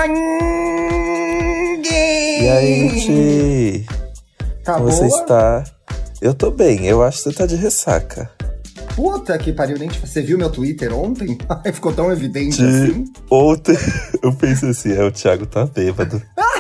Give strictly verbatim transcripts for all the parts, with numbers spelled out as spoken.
E aí, Ti? Tá Como boa? você está? Eu tô bem, eu acho que você tá de ressaca. Puta que pariu, nem você viu meu Twitter ontem? Ficou tão evidente Ti, assim. Ontem eu pensei assim, é, o Thiago tá bêbado.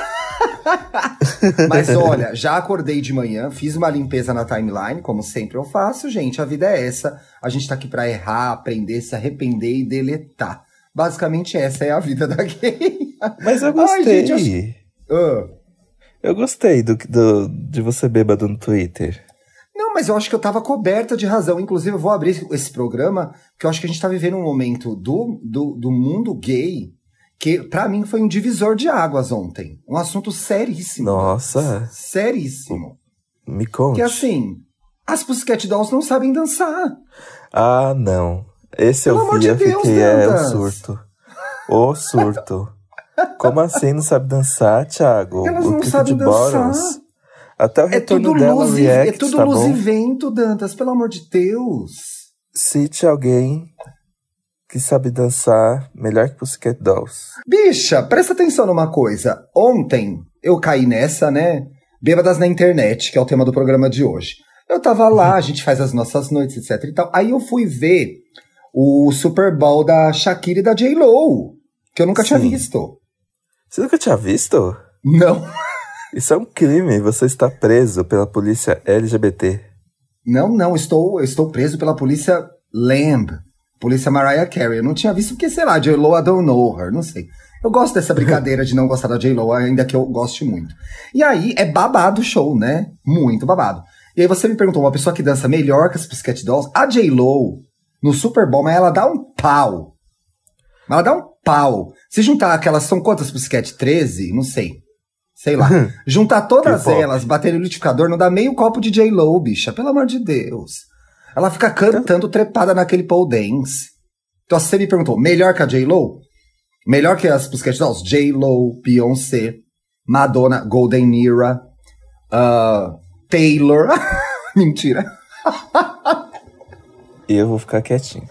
Mas olha, já acordei de manhã, fiz uma limpeza na timeline, como sempre eu faço, gente. A vida é essa. A gente tá aqui pra errar, aprender, se arrepender e deletar. Basicamente essa é a vida da gay. Mas eu gostei. Ai, gente, eu... Uh. Eu gostei do, do, de você bêbado no Twitter. Não, mas eu acho que eu tava coberta de razão. Inclusive, eu vou abrir esse programa, porque eu acho que a gente tá vivendo um momento do, do, do mundo gay que, pra mim, foi um divisor de águas ontem. Um assunto seríssimo. Nossa. Seríssimo. Me conte. Que assim, as Pussycat Dolls não sabem dançar. Ah, não. Esse Pelo eu amor vi, de eu Deus, fiquei, é, o Dantas. surto. O surto. Como assim não sabe dançar, Thiago? Elas o não clipe sabem de dançar. Bottles. Até o É retorno tudo dela, luz, e, react, é tudo tá luz bom? e vento, Dantas, pelo amor de Deus. Cite alguém que sabe dançar melhor que Pussycat Dolls. Bicha, presta atenção numa coisa. Ontem eu caí nessa, né? Bêbadas na internet, que é o tema do programa de hoje. Eu tava lá, a gente faz as nossas noites, etc e tal. Aí eu fui ver o Super Bowl da Shakira e da J-Lo, que eu nunca Sim. tinha visto. Você nunca tinha visto? Não. Isso é um crime, você está preso pela polícia L G B T. Não, não, estou, eu estou preso pela polícia Lamb, polícia Mariah Carey. Eu não tinha visto porque, sei lá, J-Lo, I don't know her, não sei. Eu gosto dessa brincadeira de não gostar da J-Lo, ainda que eu goste muito. E aí, é babado o show, né? Muito babado. E aí você me perguntou, uma pessoa que dança melhor que as Pussycat Dolls, a J-Lo, no Super Bowl, mas ela dá um pau. Ela dá um pau. Se juntar aquelas, são quantas Pussycat? treze? Não sei. Sei lá. Juntar todas Que elas, bater no liquidificador, não dá meio copo de J-Lo, bicha. Pelo amor de Deus. Ela fica cantando trepada naquele pole dance. Então você me perguntou, melhor que a J-Lo? Melhor que as Pussycat Dolls? J-Lo, Beyoncé, Madonna, Golden Era, uh, Taylor. Mentira. E eu vou ficar quietinho.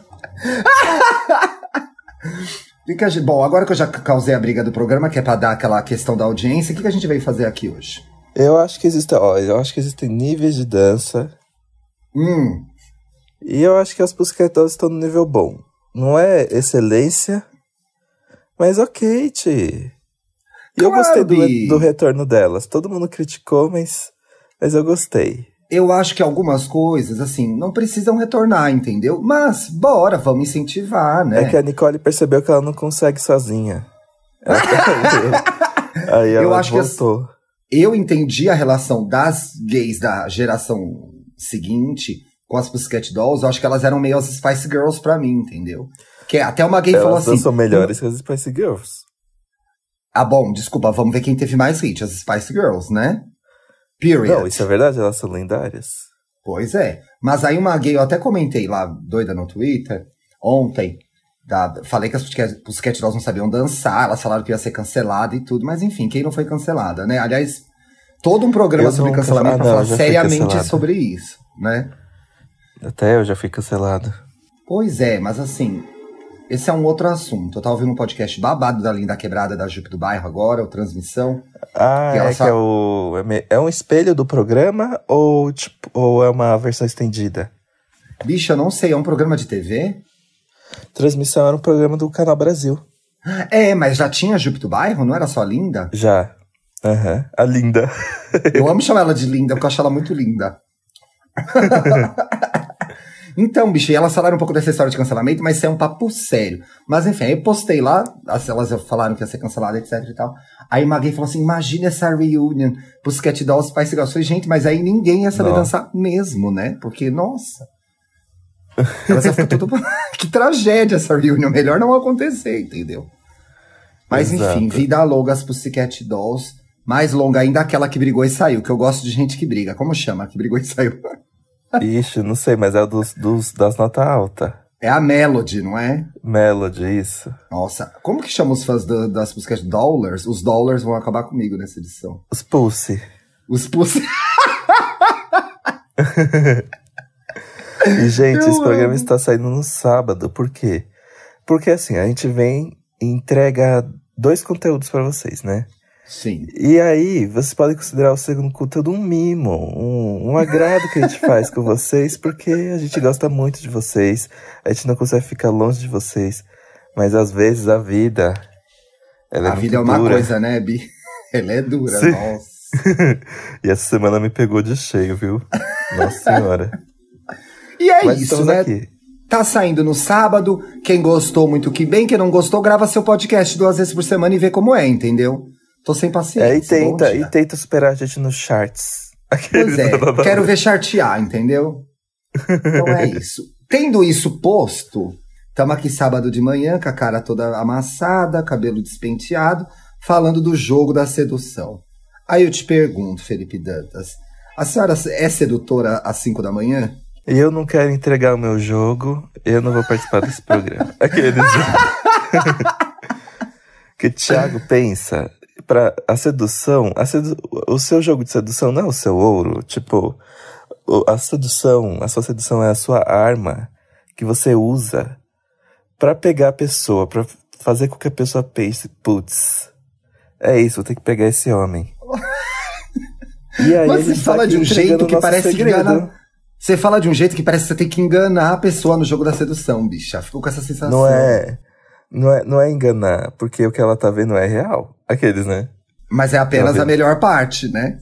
Fica, bom, agora que eu já causei a briga do programa, que é pra dar aquela questão da audiência, o que, que a gente veio fazer aqui hoje? Eu acho que existem, ó, eu acho que existem níveis de dança. Hum. E eu acho que as Pussycat Dolls estão no nível bom. Não é excelência, mas ok, Ti. E eu Claro, gostei do, Bi. do retorno delas. Todo mundo criticou, mas, mas eu gostei. Eu acho que algumas coisas, assim, não precisam retornar, entendeu? Mas, bora, vamos incentivar, né? É que a Nicole percebeu que ela não consegue sozinha. Ela Aí ela Eu acho que as- voltou. Eu entendi a relação das gays da geração seguinte com as Pussycat Dolls. Eu acho que elas eram meio as Spice Girls pra mim, entendeu? Que até uma gay falou Elas assim... não são melhores que as Spice Girls. Ah, bom, desculpa, vamos ver quem teve mais hit, as Spice Girls, né? Period. Não, isso é verdade, elas são lendárias. Pois é. Mas aí uma gay, eu até comentei lá, doida no Twitter, ontem, da, falei que as Pussycat Pussycat Dolls não sabiam dançar, elas falaram que ia ser cancelada e tudo, mas enfim, quem não foi cancelada, né? Aliás, todo um programa Eu sobre nunca- cancelamento ah, pra não, falar já fui seriamente cancelada. sobre isso, né? Até eu já fui cancelado. Pois é, mas assim, esse é um outro assunto. Eu tava ouvindo um podcast babado da Linda Quebrada da Jupe do Bairro agora, o Transmissão. Ah, Que ela é só- que é o... é me- É um espelho do programa ou, tipo, ou é uma versão estendida? Bicho, eu não sei, é um programa de T V? Transmissão era um programa do Canal Brasil. É, mas já tinha a Jupe do Bairro? Não era só a Linda? Já. Aham. A linda. Eu amo chamar ela de linda, porque eu acho ela muito linda. Então, bicho, e elas falaram um pouco dessa história de cancelamento, mas isso é um papo sério. Mas enfim, aí eu postei lá, as- elas falaram que ia ser cancelada, etc e tal. Aí uma gay falou assim, imagina essa reunion, Pussycat Dolls, Spice Girls. Eu falei, gente, mas aí ninguém ia saber Não. dançar mesmo, né? Porque, nossa... Elas iam ficar tudo... Que tragédia essa reunion, melhor não acontecer, entendeu? Mas Exato. enfim, vida longa as Pussycat Dolls. Mais longa ainda aquela que brigou e saiu, que eu gosto de gente que briga. Como chama? Que brigou e saiu. Ixi, não sei, mas é dos, dos, das notas altas. É a Melody, não é? Melody, isso. Nossa, como que chama os fãs do- das Pussycat Dollars? Os Dollars vão acabar comigo nessa edição. Os Pulse. Os Pussy... E, gente, Eu esse programa amo. está saindo no sábado. Por quê? Porque, assim, a gente vem e entrega dois conteúdos pra vocês, né? Sim. E aí, vocês podem considerar o segundo conteúdo um mimo, um, um agrado que a gente faz com vocês, porque a gente gosta muito de vocês, a gente não consegue ficar longe de vocês, mas às vezes a vida, ela é A muito vida é uma dura. coisa, né, Bi? Ela é dura, Sim. nossa. E essa semana me pegou de cheio, viu? Nossa senhora. E é Mas isso, estamos né? aqui. Tá saindo no sábado, quem gostou, muito que bem, quem não gostou, grava seu podcast duas vezes por semana e vê como é, entendeu? Tô sem paciência. É, e tenta, Bom dia. e tenta superar a gente nos charts. Pois é, quero ver chartear, entendeu? Então é isso. Tendo isso posto, estamos aqui sábado de manhã, com a cara toda amassada, cabelo despenteado, falando do jogo da sedução. Aí eu te pergunto, Felipe Dantas, a senhora é sedutora às cinco da manhã? E eu não quero entregar o meu jogo, eu não vou participar desse programa. Aqueles. Que Thiago pensa, pra a sedução, a sedu... o seu jogo de sedução não é o seu ouro. Tipo, a sedução, a sua sedução é a sua arma que você usa pra pegar a pessoa, pra fazer com que a pessoa pense, putz, é isso, vou ter que pegar esse homem. E aí Mas a você gente tá fala aqui de um entregando jeito o que nosso parece que segredo. engana. Você fala de um jeito que parece que você tem que enganar a pessoa no jogo da sedução, bicha. Ficou com essa sensação. Não é, não é, não é enganar, porque o que ela tá vendo é real. Aqueles, né? Mas é apenas Tá a melhor parte, né?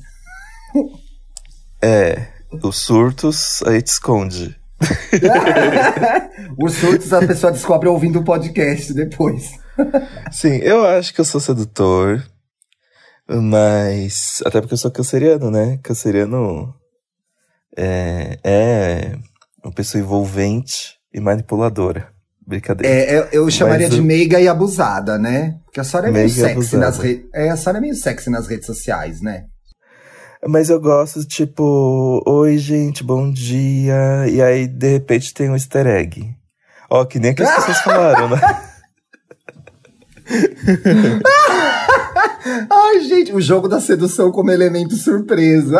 É, os surtos a gente esconde. Os surtos a pessoa descobre ouvindo o podcast depois. Sim, eu acho que eu sou sedutor, mas até porque eu sou canceriano, né? Canceriano é, é uma pessoa envolvente e manipuladora. Brincadeira. É, eu, eu chamaria Mas de eu- meiga e abusada, né? Porque a senhora é meio Meiga e sexy abusada. nas redes. É, a senhora é meio sexy nas redes sociais, né? Mas eu gosto, tipo, oi gente, bom dia. E aí, de repente, tem um easter egg. Ó, que nem que as pessoas falaram, né? Ai, gente, o jogo da sedução como elemento surpresa.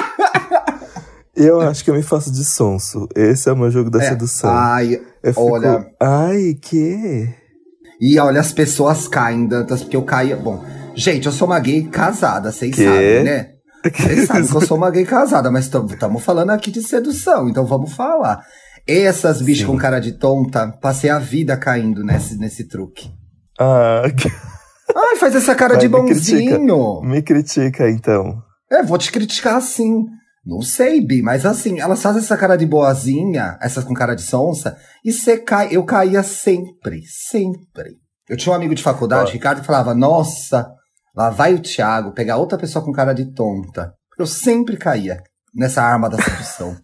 Eu acho que eu me faço de sonso. Esse é o meu jogo da É, sedução. Ai, Eu fico, olha. ai, que? E olha, as pessoas caem, Dantas, porque eu caía. Bom, gente, eu sou uma gay casada, vocês Quê? sabem, né? Vocês sabem que eu sou uma gay casada, mas estamos falando aqui de sedução, então vamos falar. Essas bichas Sim. com cara de tonta, passei a vida caindo nesse, nesse truque. Ah, Ai, faz essa cara Vai, de me critica. bonzinho. me critica, então. É, vou te criticar assim. Não sei, Bi, mas assim, elas fazem essa cara de boazinha, essas com cara de sonsa, e você cai. Eu caía sempre, sempre. Eu tinha um amigo de faculdade, Ó. Ricardo, que falava: Nossa, lá vai o Thiago pegar outra pessoa com cara de tonta. Eu sempre caía nessa arma da sedução.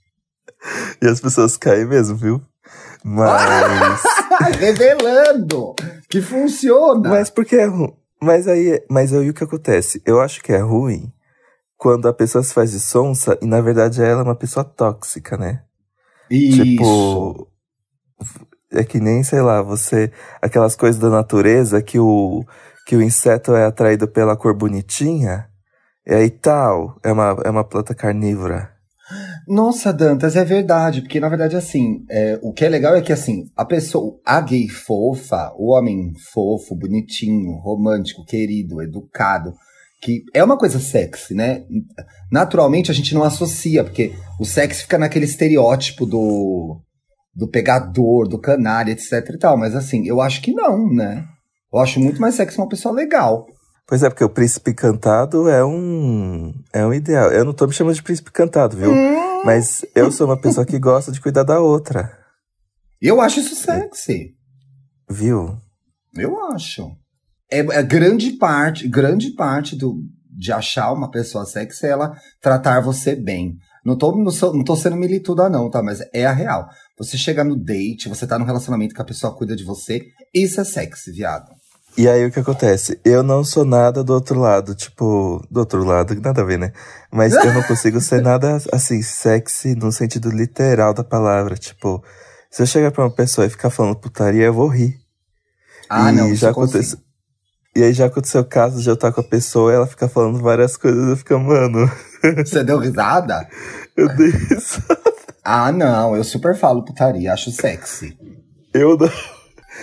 E as pessoas caem mesmo, viu? Mas. Revelando que funciona. mas porque é ruim. Mas aí, mas aí o que acontece? Eu acho que é ruim quando a pessoa se faz de sonsa e na verdade ela é uma pessoa tóxica, né? Isso. Tipo, é que nem, sei lá, você. Aquelas coisas da natureza que o, que o inseto é atraído pela cor bonitinha, e aí tal, é uma, é uma planta carnívora. Nossa, Dantas, é verdade, porque na verdade, assim, é, o que é legal é que, assim, a pessoa, a gay fofa, o homem fofo, bonitinho, romântico, querido, educado, que é uma coisa sexy, né? Naturalmente a gente não associa, porque o sexy fica naquele estereótipo do, do pegador, do canalha, etc e tal, mas assim, eu acho que não, né? Eu acho muito mais sexy uma pessoa legal. Pois é, porque o príncipe encantado é um, é um ideal. Eu não tô me chamando de príncipe encantado, viu? Hum. Mas eu sou uma pessoa que gosta de cuidar da outra, Eu acho isso sexy. viu? Eu acho. É, é grande parte, grande parte do, de achar uma pessoa sexy é ela tratar você bem. Não tô, não, sou, não tô sendo milituda não, tá? Mas é a real. Você chega no date, você tá num relacionamento que a pessoa cuida de você, isso é sexy, viado. E aí o que acontece? Eu não sou nada do outro lado, tipo, do outro lado, nada a ver, né? Mas eu não consigo ser nada, assim, sexy no sentido literal da palavra. Tipo, se eu chegar pra uma pessoa e ficar falando putaria, eu vou rir. Ah, e não, isso já eu consigo. aconteceu. E aí já aconteceu o caso de eu estar com a pessoa e ela ficar falando várias coisas, eu fico, mano, Você deu risada? eu dei isso. Ah, não, eu super falo putaria, acho sexy. Eu não.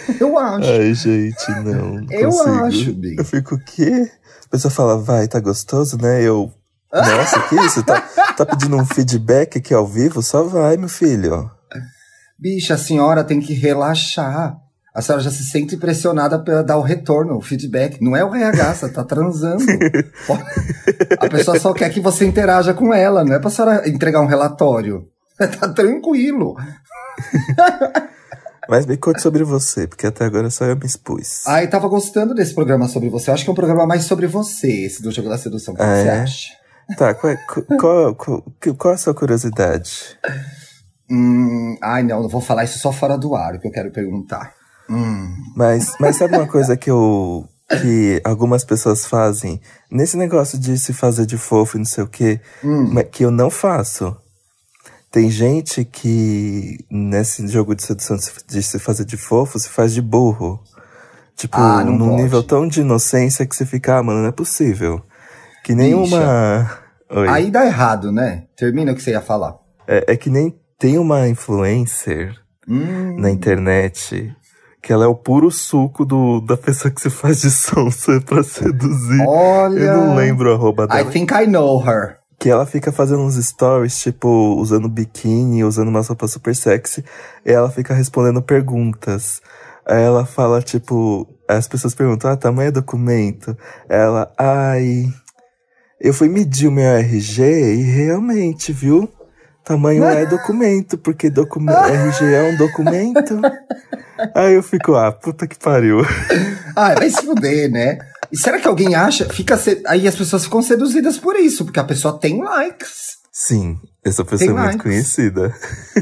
Eu acho. Ai, gente, não. não Eu consigo. acho, Bi. Eu fico, o quê? A pessoa fala, vai, tá gostoso, né? Eu, nossa, que isso? Tá, tá pedindo um feedback aqui ao vivo? Só vai, meu filho. Bicha, a senhora tem que relaxar. A senhora já se sente pressionada pra dar o retorno, o feedback. Não é o R H, você tá transando. A pessoa só quer que você interaja com ela, não é pra senhora entregar um relatório. Tá tranquilo. Mas me conte sobre você, porque até agora só eu me expus. Ai, tava gostando desse programa sobre você. Eu acho que é um programa mais sobre você, esse do Jogo da Sedução. O que Ah, você é? acha? Tá, qual, é- qual, qual, qual é a sua curiosidade? Hum, ai, não, não vou falar isso só fora do ar, o que eu quero perguntar. Hum. Mas, mas sabe uma coisa que eu que algumas pessoas fazem? Nesse negócio de se fazer de fofo e não sei o quê, Hum. mas que eu não faço. Tem gente que, nesse jogo de sedução de se fazer de fofo, se faz de burro. Tipo, Ah, não num pode. nível tão de inocência que você fica, ah, mano, não é possível. Que nem Bicha. uma... Oi. Aí dá errado, né? Termina o que você ia falar. É, é que nem tem uma influencer Hum. na internet que ela é o puro suco do, da pessoa que se faz de sonsa pra seduzir. Olha. Eu não lembro o arroba I dela. think I know her. Que ela fica fazendo uns stories, tipo, usando biquíni, usando uma roupa super sexy. E ela fica respondendo perguntas. Aí ela fala, tipo... As pessoas perguntam, ah, tamanho é documento? Ela, ai... Eu fui medir o meu R G e realmente, viu? Tamanho é documento, porque docu- R G é um documento. Aí eu fico, ah, puta que pariu. Ah, vai se fuder, né? E será que alguém acha? Fica se- Aí as pessoas ficam seduzidas por isso, porque a pessoa tem likes. Sim, essa pessoa Tem é muito likes. conhecida.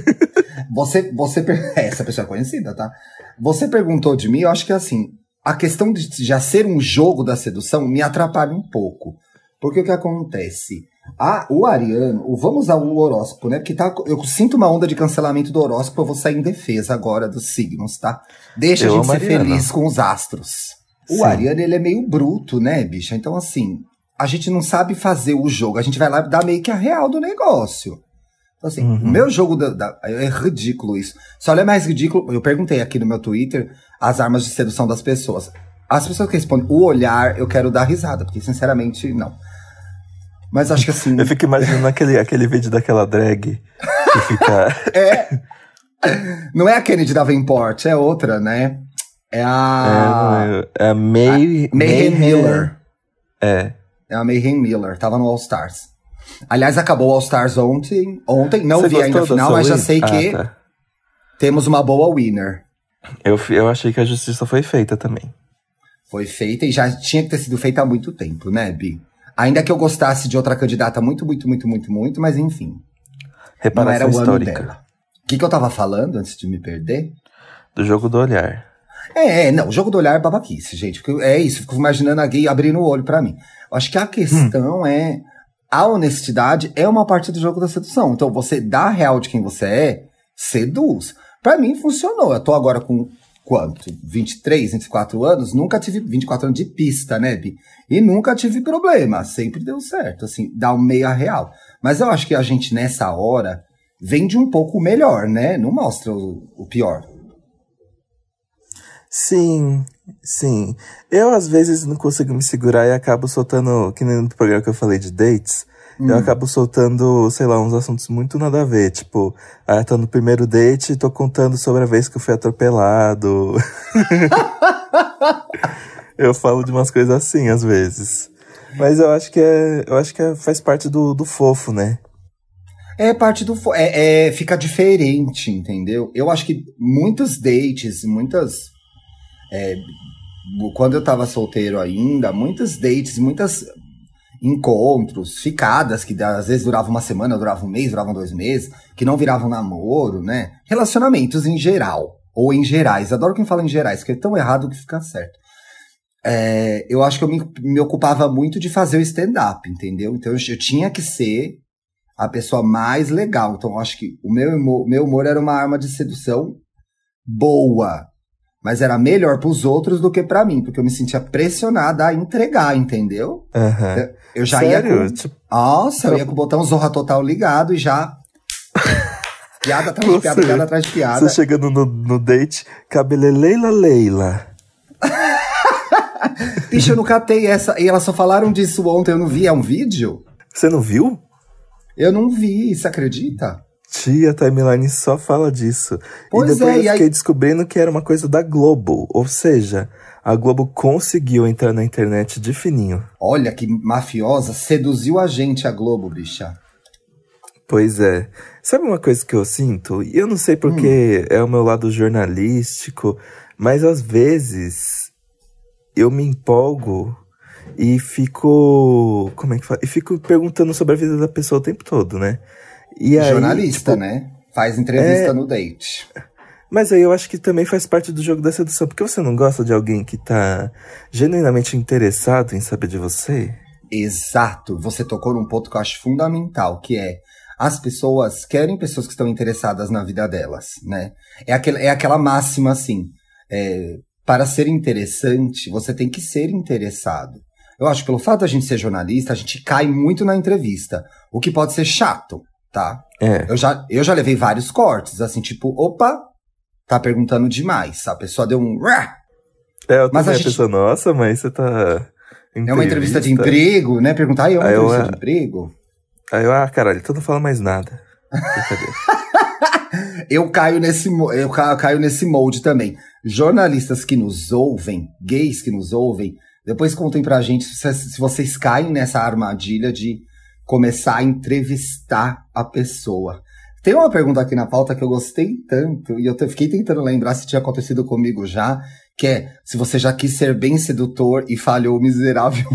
Você, você per- é, essa pessoa é conhecida, tá? Você perguntou de mim, eu acho que assim, a questão de já ser um jogo da sedução me atrapalha um pouco. Porque o que acontece? Ah, o ariano, o- vamos usar o horóscopo, né? Porque tá, eu sinto uma onda de cancelamento do horóscopo, eu vou sair em defesa agora dos signos, tá? Deixa Eu a gente amo ser ariano. feliz com os astros. O Sim. ariano, ele é meio bruto, né, bicha? Então, assim, a gente não sabe fazer o jogo, a gente vai lá dar meio que a real do negócio. Então, assim, Uhum. o meu jogo da, da- é ridículo isso. Só não é mais ridículo. Eu perguntei aqui no meu Twitter as armas de sedução das pessoas. As pessoas que respondem o olhar, eu quero dar risada, porque sinceramente, não. Mas acho que assim. Eu fico imaginando aquele, aquele vídeo daquela drag que fica... É. Não é a Kennedy Davenport, é outra, né? É a. É, é a May... Mayhem Miller. É. É a Mayhem Miller, tava no All Stars. Aliás, acabou o All Stars ontem. Ontem, não Você vi ainda a gostou da final, sua mas já win? sei Ah, que tá. temos uma boa winner. Eu, fi- eu achei que a justiça foi feita também. Foi feita e já tinha que ter sido feita há muito tempo, né, Bi? Ainda que eu gostasse de outra candidata muito, muito, muito, muito, muito, mas enfim. Não era Reparação o ano histórica. dela. O que, que eu tava falando antes de me perder? Do jogo do olhar. É, é, não, o jogo do olhar é babaquice, gente. Porque é isso, fico imaginando a gay abrindo o olho pra mim. Eu acho que a questão é... A honestidade é uma parte do jogo da sedução. Então, você dá a real de quem você é, seduz. Pra mim, funcionou. Eu tô agora com quanto? vinte e três, vinte e quatro anos? Nunca tive vinte e quatro anos de pista, né, Bi? E nunca tive problema. Sempre deu certo, assim, dá um meia real. Mas eu acho que a gente, nessa hora, vende um pouco o melhor, né? Não mostra o, o pior. Sim, sim. Eu, às vezes, não consigo me segurar e acabo soltando, que nem no programa que eu falei de dates, eu acabo soltando, sei lá, uns assuntos muito nada a ver. Tipo, ah, tô no primeiro date e tô contando sobre a vez que eu fui atropelado. Eu falo de umas coisas assim, às vezes. Mas eu acho que é, eu acho que é, faz parte do, do fofo, né? É parte do... fo- É, é, fica diferente, entendeu? Eu acho que muitos dates, muitas... é, quando eu tava solteiro ainda, muitos dates, muitas encontros, ficadas, que às vezes duravam uma semana, duravam um mês, duravam dois meses, que não viravam namoro, né? Relacionamentos em geral, ou em gerais. Adoro quem fala em gerais, porque é tão errado que fica certo. É, eu acho que eu me, me ocupava muito de fazer o stand-up, entendeu? Então eu, eu tinha que ser a pessoa mais legal. Então eu acho que o meu humor, meu humor era uma arma de sedução boa, mas era melhor pros outros do que pra mim, porque eu me sentia pressionada a entregar, entendeu? Aham. Eu já Sério? ia com... Tipo, Nossa, eu ia com o botão Zorra Total ligado e já... Piada atrás de piada, Você- piada atrás de piada. Você chegando no, no date, cabeleleila Leila. Bicho, eu não catei essa. E elas só falaram disso ontem, eu não vi. É um vídeo? Você não viu? Eu não vi, você acredita? Tia, a timeline só fala disso. Pois e depois é, eu e aí- fiquei descobrindo que era uma coisa da Globo. Ou seja, a Globo conseguiu entrar na internet de fininho. Olha que mafiosa, seduziu a gente, a Globo, bicha. Pois é. Sabe uma coisa que eu sinto? E eu não sei porque é o meu lado jornalístico, mas às vezes eu me empolgo e fico. Como é que fala? E fico perguntando sobre a vida da pessoa o tempo todo, né? E aí, Jornalista, tipo, né? Faz entrevista é- no date. Mas aí eu acho que também faz parte do jogo da sedução. Porque você não gosta de alguém que tá genuinamente interessado em saber de você? Exato. Você tocou num ponto que eu acho fundamental, que é as pessoas querem pessoas que estão interessadas na vida delas, né? É, aquele, é aquela máxima assim, é, para ser interessante, você tem que ser interessado. Eu acho que pelo fato da gente ser jornalista, a gente cai muito na entrevista, o que pode ser chato, tá? É. Eu já, eu já levei vários cortes, assim, tipo, opa, tá perguntando demais. A pessoa deu um... "Rá". É, eu Mas também a a gente- pessoa, nossa, mas você tá. É uma entrevista de emprego, né? Perguntar, ah, é uma Aí eu, entrevista ah, de emprego? Aí eu, ah, caralho, então não fala mais nada. Brincadeira. Eu caio nesse, mo- eu ca- caio nesse molde também. Jornalistas que nos ouvem, gays que nos ouvem, depois contem pra gente se, vocês- se vocês caem nessa armadilha de começar a entrevistar a pessoa. Tem uma pergunta aqui na pauta que eu gostei tanto, e eu te- fiquei tentando lembrar se tinha acontecido comigo já, que é se você já quis ser bem sedutor e falhou miseravelmente.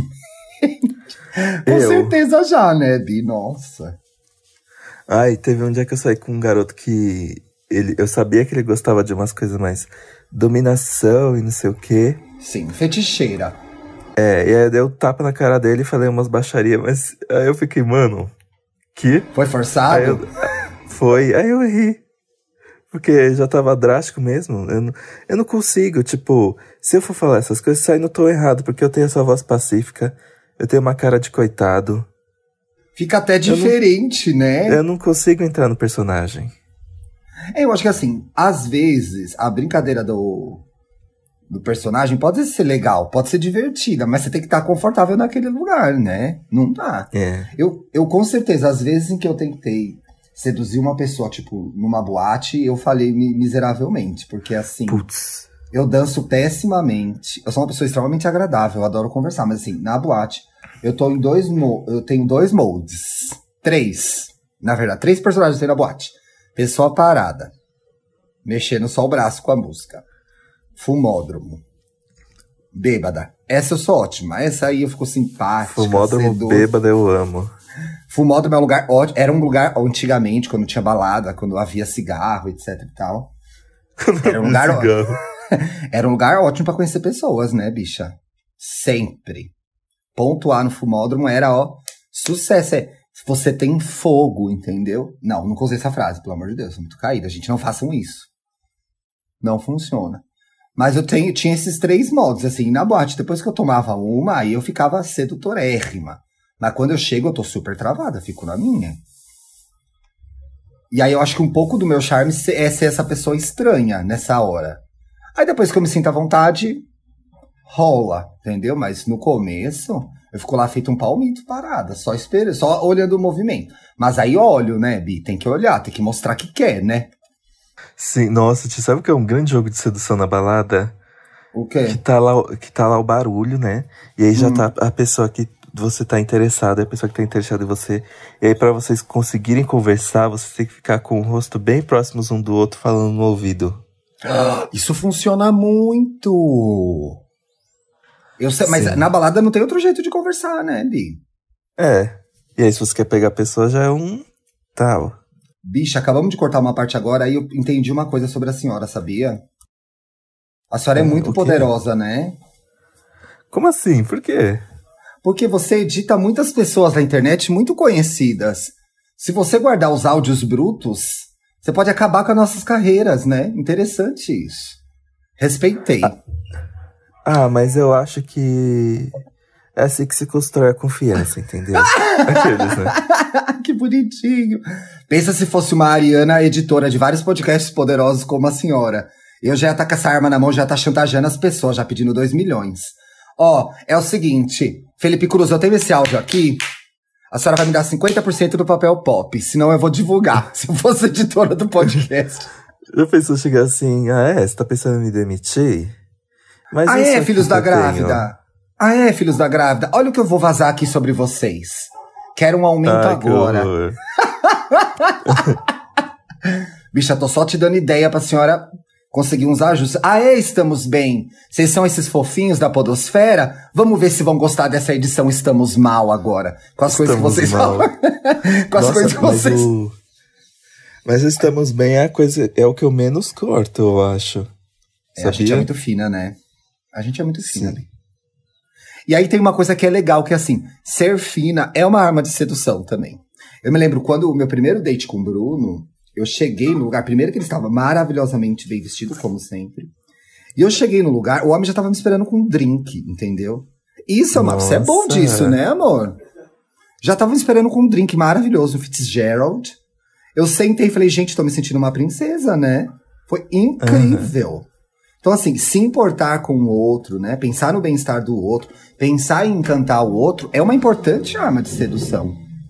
Com Eu. certeza já, né, Bi? Nossa. Ai, teve um dia que eu saí com um garoto que ele, eu sabia que ele gostava de umas coisas mais dominação e não sei o quê. Sim, feticheira. É, e aí eu dei um tapa na cara dele e falei umas baixarias, mas aí eu fiquei, mano, que? Foi forçado? Aí eu, foi, aí eu ri. Porque já tava drástico mesmo. Eu não, eu não consigo, tipo, se eu for falar essas coisas, sai no tom errado, porque eu tenho essa voz pacífica, eu tenho uma cara de coitado. Fica até diferente, né? Eu não consigo entrar no personagem. É, eu acho que assim, às vezes, a brincadeira do, do personagem pode ser legal, pode ser divertida, mas você tem que estar confortável naquele lugar, né? Não dá. É. Eu, eu com certeza, às vezes em que eu tentei seduzir uma pessoa, tipo, numa boate, eu falhei mi- miseravelmente, porque assim, Putz. eu danço pessimamente. Eu sou uma pessoa extremamente agradável, eu adoro conversar, mas assim, na boate, eu tô em dois mo eu tenho dois moldes. Três. Na verdade, três personagens tem na boate. Pessoa parada. Mexendo só o braço com a música. Fumódromo. Bêbada. Essa eu sou ótima. Essa aí eu fico simpática. Fumódromo seduzo. bêbado eu amo. Fumódromo é um lugar ótimo. Era um lugar antigamente, quando tinha balada, quando havia cigarro, etc e tal. Era um lugar, ó- Cigarro. Era um lugar ótimo pra conhecer pessoas, né, bicha? Sempre. Pontuar no fumódromo era, ó, sucesso. É, você tem fogo, entendeu? Não, não usei essa frase, pelo amor de Deus, é muito caída. Gente, não façam isso. Não funciona. Mas eu tenho, tinha esses três modos, assim, na boate. Depois que eu tomava uma, aí eu ficava sedutorérrima. Mas quando eu chego, eu tô super travada, fico na minha. E aí eu acho que um pouco do meu charme é ser essa pessoa estranha nessa hora. Aí depois que eu me sinto à vontade, rola, entendeu? Mas no começo, eu fico lá feito um palmito parada, só esperando, só olhando o movimento. Mas aí olho, né, Bi? Tem que olhar, tem que mostrar que quer, né? Sim, nossa, você sabe que é um grande jogo de sedução na balada? O quê? Que tá lá, o- que tá lá o barulho, né? E aí já Hum. tá a pessoa que você tá interessado, é a pessoa que tá interessada em você. E aí pra vocês conseguirem conversar, você tem que ficar com o rosto bem próximos um do outro, falando no ouvido. Isso funciona muito! Eu sei, mas Sim. na balada não tem outro jeito de conversar, né, Bi? É. E aí se você quer pegar a pessoa, já é um tal. Bicha, acabamos de cortar uma parte agora, aí eu entendi uma coisa sobre a senhora, sabia? A senhora é Ah, muito o quê? poderosa, né? Como assim? Por quê? Porque você edita muitas pessoas na internet muito conhecidas. Se você guardar os áudios brutos, você pode acabar com as nossas carreiras, né? Interessante isso. Respeitei. Ah, mas eu acho que... É assim que se constrói a confiança, entendeu? Aqueles, né? Que bonitinho. Pensa se fosse uma Ariana editora de vários podcasts poderosos como a senhora. Eu já ia estar com essa arma na mão, já ia estar chantageando as pessoas, já pedindo dois milhões. Ó, é o seguinte, Felipe Cruz, eu tenho esse áudio aqui. A senhora vai me dar cinquenta por cento do papel pop, senão eu vou divulgar, se eu fosse editora do podcast. Eu pensou chegar assim, ah é? Você tá pensando em me demitir? Mas ah é, filhos da grávida? Tenho... Ah é, filhos da grávida? Olha o que eu vou vazar aqui sobre vocês. Quero um aumento Ai, agora. Bicha, tô só te dando ideia pra senhora conseguir uns ajustes. Ah é, estamos bem. Vocês são esses fofinhos da podosfera? Vamos ver se vão gostar dessa edição Estamos Mal agora. Com as estamos coisas que vocês mal. falam. Com as Nossa, coisas que mas vocês... O... Mas Estamos Bem é a coisa, é o que eu menos corto, eu acho. É, a gente é muito fina, né? A gente é muito fina. Sim. E aí tem uma coisa que é legal, que é assim, ser fina é uma arma de sedução também. Eu me lembro quando o meu primeiro date com o Bruno, eu cheguei no lugar, primeiro que ele estava maravilhosamente bem vestido, como sempre. E eu cheguei no lugar, o homem já estava me esperando com um drink, entendeu? Isso é uma, você é bom disso, né, amor? Já estava me esperando com um drink maravilhoso, um Fitzgerald. Eu sentei e falei, gente, tô me sentindo uma princesa, né? Foi incrível. Uhum. Então, assim, se importar com o outro, né? Pensar no bem-estar do outro, pensar em encantar o outro, é uma importante arma de sedução.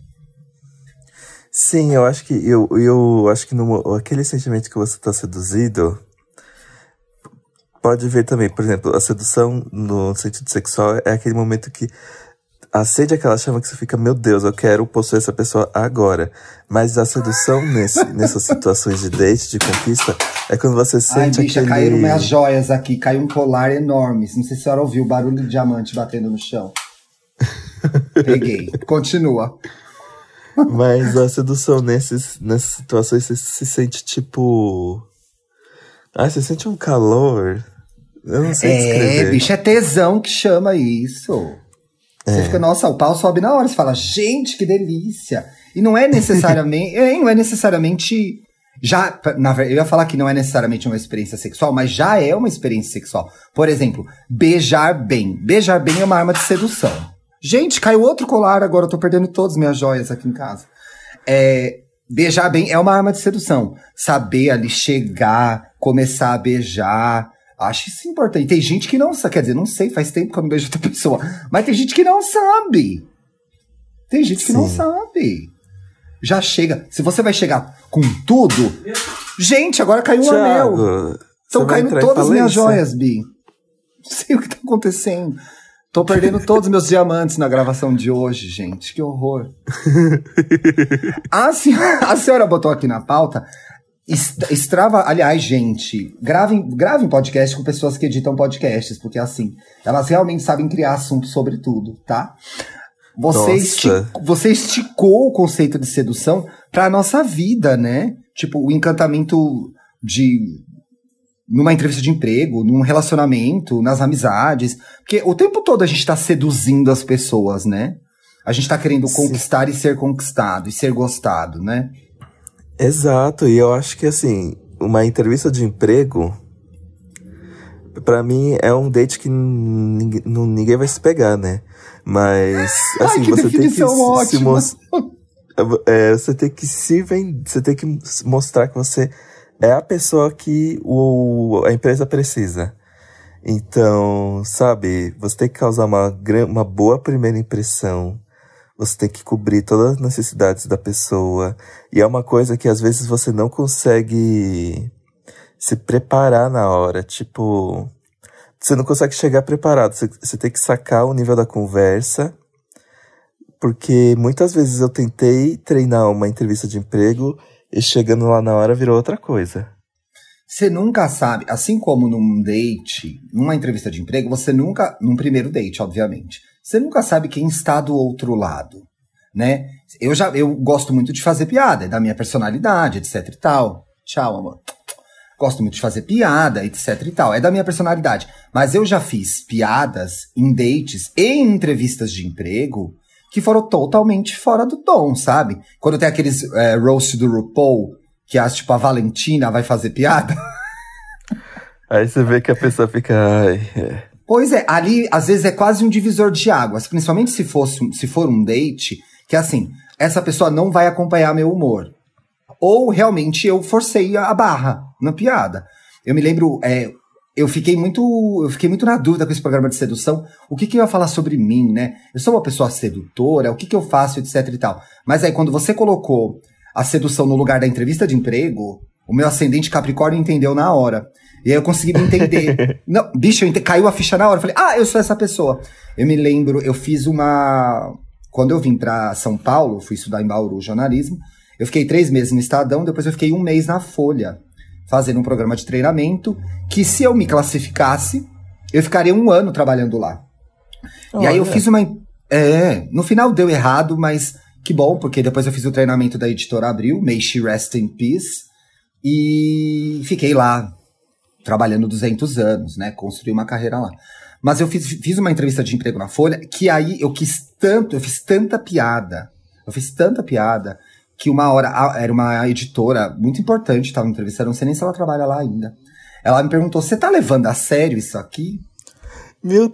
Sim, eu acho que eu, eu acho que no, aquele sentimento que você tá seduzido pode ver também, por exemplo, a sedução no sentido sexual é aquele momento que acende aquela chama que você fica, meu Deus, eu quero possuir essa pessoa agora. Mas a sedução nesse, nessas situações de date, de conquista, é quando você sente Ai, bicha, aquele... caíram minhas joias aqui, caiu um colar enorme. Não sei se a senhora ouviu o barulho de diamante batendo no chão. Peguei. Continua. Mas a sedução nesses, nessas situações, você se sente tipo... Ah, você sente um calor. Eu não sei descrever. É, bicho, é tesão que chama isso. Você É. fica, nossa, o pau sobe na hora. Você fala, gente, que delícia. E não é necessariamente... é, não é necessariamente... Já, na verdade, eu ia falar que não é necessariamente uma experiência sexual, mas já é uma experiência sexual. Por exemplo, beijar bem. Beijar bem é uma arma de sedução. Gente, caiu outro colar agora, eu tô perdendo todas as minhas joias aqui em casa. É, beijar bem é uma arma de sedução. Saber ali chegar, começar a beijar. Acho isso importante. Tem gente que não sabe, quer dizer, não sei, faz tempo que eu não beijo outra pessoa. Mas tem gente que não sabe. Tem gente que Sim. não sabe. Já chega. Se você vai chegar com tudo... Gente, agora caiu um anel. Estão caindo todas as minhas joias, Bi. Não sei o que tá acontecendo. Tô perdendo todos os meus diamantes na gravação de hoje, gente. Que horror. a, senhora, a senhora botou aqui na pauta... Estrava, aliás, gente, gravem, gravem podcast com pessoas que editam podcasts, porque assim, elas realmente sabem criar assunto sobre tudo, tá? Você, esti, você esticou o conceito de sedução pra nossa vida, né? Tipo, o encantamento de... numa entrevista de emprego, num relacionamento, nas amizades. Porque o tempo todo a gente tá seduzindo as pessoas, né? A gente tá querendo Sim. conquistar e ser conquistado, e ser gostado, né? Exato, e eu acho que assim, uma entrevista de emprego, pra mim é um date que ninguém, ninguém vai se pegar, né? Mas, assim, Ai, que você tem que ótima. se mostrar. É, você tem que se vender, você tem que mostrar que você é a pessoa que o, a empresa precisa. Então, sabe, você tem que causar uma, uma boa primeira impressão. Você tem que cobrir todas as necessidades da pessoa. E é uma coisa que às vezes você não consegue se preparar na hora. Tipo, você não consegue chegar preparado. Você, você tem que sacar o nível da conversa. Porque muitas vezes eu tentei treinar uma entrevista de emprego e chegando lá na hora virou outra coisa. Você nunca sabe, assim como num date, numa entrevista de emprego, você nunca, num primeiro date, obviamente, você nunca sabe quem está do outro lado, né? Eu já, eu gosto muito de fazer piada, é da minha personalidade, etc e tal. Tchau, amor. Gosto muito de fazer piada, etc e tal, é da minha personalidade. Mas eu já fiz piadas em dates e em entrevistas de emprego que foram totalmente fora do tom, sabe? Quando tem aqueles é, roast do RuPaul, que as, tipo, a Valentina vai fazer piada. Aí você vê que a pessoa fica... Ai, é. Pois é, ali às vezes é quase um divisor de águas, principalmente se, fosse, se for um date, que assim, essa pessoa não vai acompanhar meu humor. Ou realmente eu forcei a barra na piada. Eu me lembro, é, eu, fiquei muito, eu fiquei muito na dúvida com esse programa de sedução, o que, que eu ia falar sobre mim, né? Eu sou uma pessoa sedutora, o que, que eu faço, etc e tal. Mas aí quando você colocou a sedução no lugar da entrevista de emprego, o meu ascendente Capricórnio entendeu na hora. E aí eu consegui me entender. Não, bicho, ente... caiu a ficha na hora. Eu falei, ah, eu sou essa pessoa. Eu me lembro, eu fiz uma... Quando eu vim pra São Paulo, fui estudar em Bauru jornalismo, eu fiquei três meses no Estadão, depois eu fiquei um mês na Folha, fazendo um programa de treinamento, que se eu me classificasse, eu ficaria um ano trabalhando lá. Olha. E aí eu fiz uma... É, no final deu errado, mas que bom, porque depois eu fiz o treinamento da Editora Abril, May She Rest in Peace, e fiquei lá, trabalhando duzentos anos, né? Construí uma carreira lá. Mas eu fiz, fiz uma entrevista de emprego na Folha, que aí eu quis tanto, eu fiz tanta piada, eu fiz tanta piada, que uma hora, era uma editora muito importante, estava me entrevistando, não sei nem se ela trabalha lá ainda. Ela me perguntou, você tá levando a sério isso aqui? Meu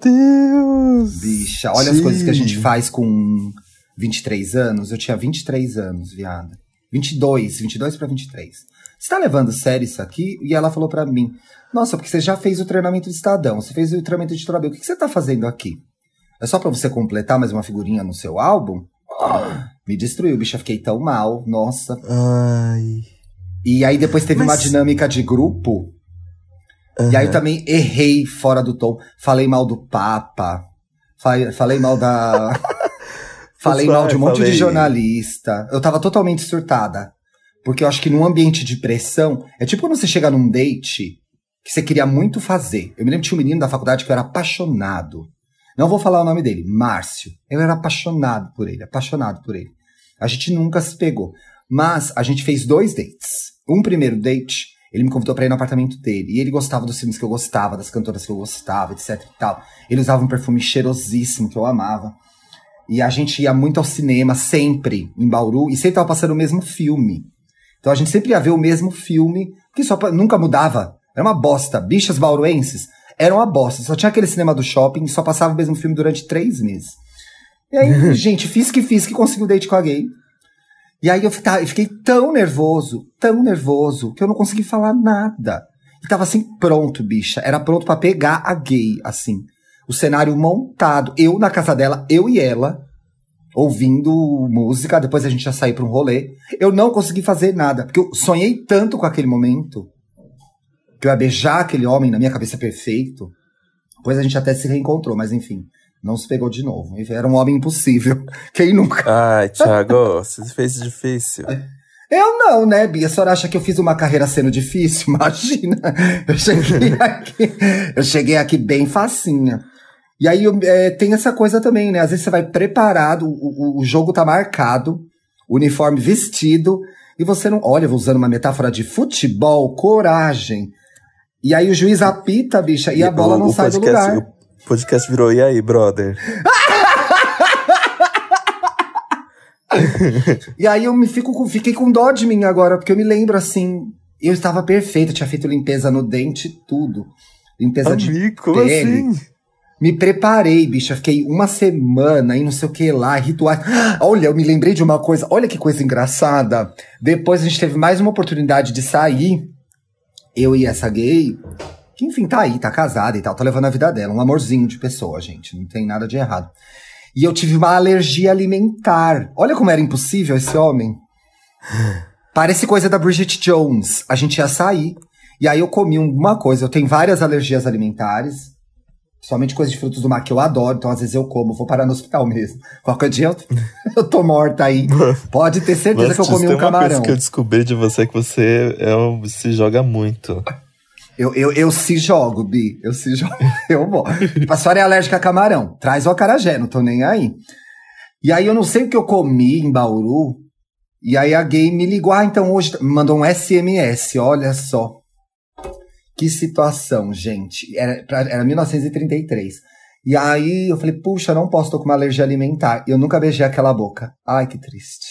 Deus! Bicha, olha Sim. as coisas que a gente faz com vinte e três anos. Eu tinha vinte e três anos, viada. vinte e dois, vinte e dois para vinte e três. Você tá levando sério isso aqui? E ela falou pra mim, nossa, porque você já fez o treinamento de Estadão, você fez o treinamento de Editora Abril, o que você tá fazendo aqui? É só pra você completar mais uma figurinha no seu álbum? Oh, me destruiu, bicha, fiquei tão mal, nossa. Ai. E aí depois teve Mas... uma dinâmica de grupo, uhum. E aí eu também errei fora do tom, falei mal do Papa, falei, falei mal da... falei mal de um monte falei. de jornalista, eu tava totalmente surtada. Porque eu acho que num ambiente de pressão, é tipo quando você chega num date que você queria muito fazer. Eu me lembro que tinha um menino da faculdade que eu era apaixonado. Não vou falar o nome dele, Márcio. Eu era apaixonado por ele, apaixonado por ele. A gente nunca se pegou. Mas a gente fez dois dates. Um primeiro date, ele me convidou pra ir no apartamento dele. E ele gostava dos filmes que eu gostava, das cantoras que eu gostava, etc e tal. Ele usava um perfume cheirosíssimo que eu amava. E a gente ia muito ao cinema, sempre, em Bauru. E sempre tava passando o mesmo filme. Então a gente sempre ia ver o mesmo filme, que só nunca mudava. Era uma bosta. Bichas bauruenses era uma bosta. Só tinha aquele cinema do shopping e só passava o mesmo filme durante três meses. E aí, gente, fiz que fiz que consegui o date com a gay. E aí eu fiquei tão nervoso, tão nervoso, que eu não consegui falar nada. E tava assim, pronto, bicha. Era pronto pra pegar a gay, assim. O cenário montado. Eu na casa dela, eu e ela... ouvindo música, depois a gente ia sair pra um rolê. Eu não consegui fazer nada, porque eu sonhei tanto com aquele momento, que eu ia beijar aquele homem na minha cabeça perfeito. Depois a gente até se reencontrou, mas enfim, não se pegou de novo. Era um homem impossível. Quem nunca? Ai, Thiago, você fez difícil. Eu não, né, Bia? A senhora acha que eu fiz uma carreira sendo difícil? Imagina. Eu cheguei aqui, eu cheguei aqui bem facinha. E aí é, tem essa coisa também, né? Às vezes você vai preparado, o, o, o jogo tá marcado, o uniforme vestido, e você não... Olha, vou usando uma metáfora de futebol, coragem. E aí o juiz apita, bicha, e, e a bola o, não o sai podcast, do lugar. O podcast virou, e aí, brother? E aí eu me fico com, fiquei com dó de mim agora, porque eu me lembro assim, eu estava perfeita, tinha feito limpeza no dente, tudo. Limpeza Amigo, de como pele. Assim? Me preparei, bicha, fiquei uma semana e não sei o que lá, rituais. Olha, eu me lembrei de uma coisa, olha que coisa engraçada. Depois a gente teve mais uma oportunidade de sair, eu e essa gay, que enfim, tá aí, tá casada e tal, tá levando a vida dela, um amorzinho de pessoa, gente, não tem nada de errado. E eu tive uma alergia alimentar. Olha como era impossível esse homem. Parece coisa da Bridget Jones. A gente ia sair, e aí eu comi uma coisa, eu tenho várias alergias alimentares, somente coisas de frutos do mar que eu adoro, então às vezes eu como, vou parar no hospital mesmo. Qualquer dia eu, eu tô morta aí. Pode ter certeza Nossa, que eu comi um camarão. Uma coisa que eu descobri de você é que você é um, se joga muito. Eu, eu, eu se jogo, Bi. Eu se jogo. Eu vou. A senhora é alérgica a camarão. Traz o acarajé, não tô nem aí. E aí eu não sei o que eu comi em Bauru. E aí a gay me ligou. Ah, então hoje me mandou um S M S. Olha só. Que situação, gente. Era, era mil novecentos e trinta e três. E aí eu falei, puxa, não posso, tô com uma alergia alimentar. E eu nunca beijei aquela boca. Ai, que triste.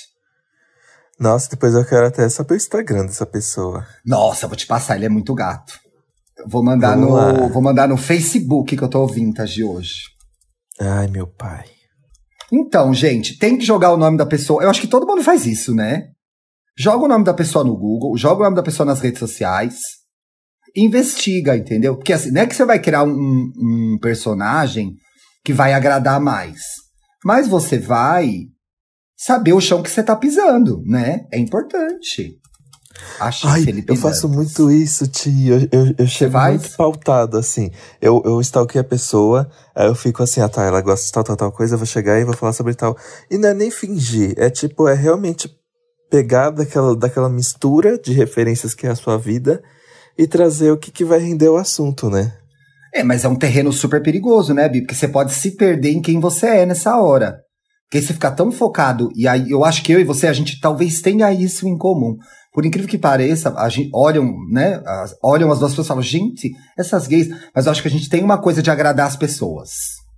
Nossa, depois eu quero até saber o Instagram dessa pessoa. Nossa, eu vou te passar, ele é muito gato. Vou mandar, Vamos lá. no, vou mandar no Facebook que eu tô vintage hoje. Ai, meu pai. Então, gente, tem que jogar o nome da pessoa. Eu acho que todo mundo faz isso, né? Joga o nome da pessoa no Google, joga o nome da pessoa nas redes sociais, investiga, entendeu? Porque assim, não é que você vai criar um, um personagem que vai agradar mais, mas você vai saber o chão que você tá pisando, né? É importante. Acho Ai, Felipe eu faço Dantas. muito isso, tio. Eu, eu, eu chego faz? muito pautado, assim. Eu, eu stalkeio a pessoa, aí eu fico assim, ah tá, ela gosta de tal, tal, tal coisa, eu vou chegar e vou falar sobre tal. E não é nem fingir, é tipo, é realmente pegar daquela, daquela mistura de referências que é a sua vida e trazer o que, que vai render o assunto, né? É, mas é um terreno super perigoso, né, Bi? Porque você pode se perder em quem você é nessa hora. Porque você fica tão focado, e aí eu acho que eu e você, a gente talvez tenha isso em comum. Por incrível que pareça, a gente olham, né, as, olham as duas pessoas e falam, gente, essas gays, mas eu acho que a gente tem uma coisa de agradar as pessoas.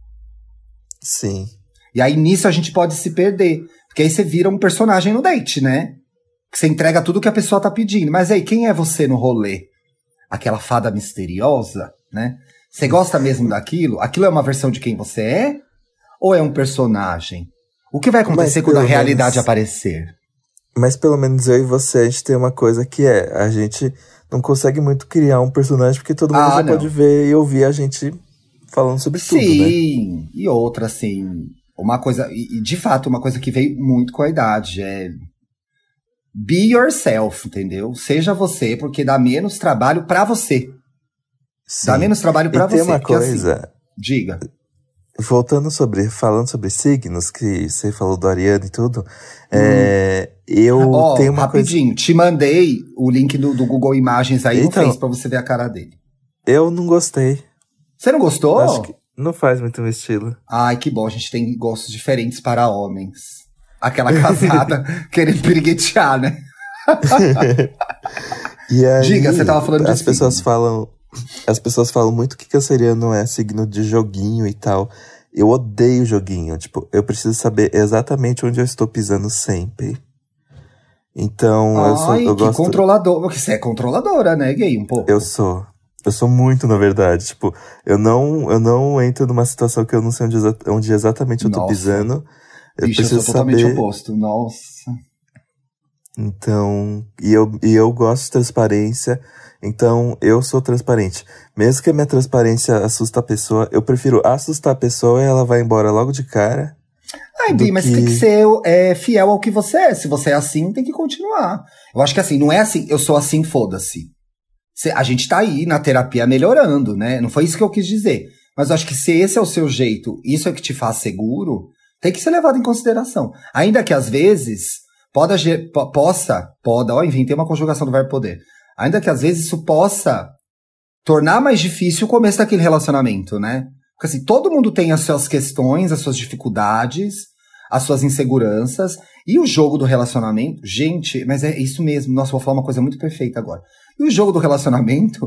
Sim. E aí nisso a gente pode se perder. Porque aí você vira um personagem no date, né? Que você entrega tudo que a pessoa tá pedindo. Mas aí, quem é você no rolê? Aquela fada misteriosa, né? Você gosta mesmo daquilo? Aquilo é uma versão de quem você é? Ou é um personagem? O que vai acontecer Mas, quando a pelo realidade menos- aparecer? Mas pelo menos eu e você, a gente tem uma coisa que é, a gente não consegue muito criar um personagem porque todo mundo Ah, já não. pode ver e ouvir a gente falando sobre tudo, né? Sim, e outra, assim, uma coisa, e, e de fato, uma coisa que veio muito com a idade, é be yourself, entendeu? Seja você, porque dá menos trabalho pra você. Dá Sim. menos trabalho pra E tem você. uma porque, coisa, assim, diga. voltando sobre, falando sobre signos, que você falou do Ariano e tudo, Hum. é, eu Ó, tenho uma coisa. rapidinho, te mandei o link do, do Google Imagens aí no Então- Face pra você ver a cara dele. Eu não gostei. Você não gostou? Acho que não faz muito meu estilo. Ai, que bom, a gente tem gostos diferentes para homens. Aquela casada querendo piriguetear, né? E aí, Diga, você tava falando de as pessoas signo. falam, as pessoas falam muito que canceriano é signo de joguinho e tal. Eu odeio joguinho, tipo, eu preciso saber exatamente onde eu estou pisando sempre. Então, eu sou, Ai, eu que gosto, controlador. Porque você é controladora, né, gay? Um pouco. eu sou, eu sou muito, na verdade, tipo, eu não, eu não entro numa situação que eu não sei onde, exa- onde exatamente eu tô Nossa. pisando. Eu Bicho, eu preciso sou totalmente saber. oposto. Nossa. Então, e eu, e eu gosto de transparência, então eu sou transparente. Mesmo que a minha transparência assusta a pessoa, eu prefiro assustar a pessoa e ela vai embora logo de cara. Ai, Do Bi, mas que- tem que ser é, fiel ao que você é. Se você é assim, tem que continuar. Eu acho que assim, não é assim, eu sou assim, foda-se. Cê- A gente tá aí na terapia melhorando, né? Não foi isso que eu quis dizer. Mas eu acho que se esse é o seu jeito, isso é o que te faz seguro, tem que ser levado em consideração. Ainda que às vezes poda, ge- po- possa, poda, ó, inventei uma conjugação do verbo poder. Ainda que às vezes isso possa tornar mais difícil o começo daquele relacionamento, né? Porque assim, todo mundo tem as suas questões, as suas dificuldades, as suas inseguranças. E o jogo do relacionamento, gente, mas é isso mesmo. Nossa, eu vou falar uma coisa muito perfeita agora. E o jogo do relacionamento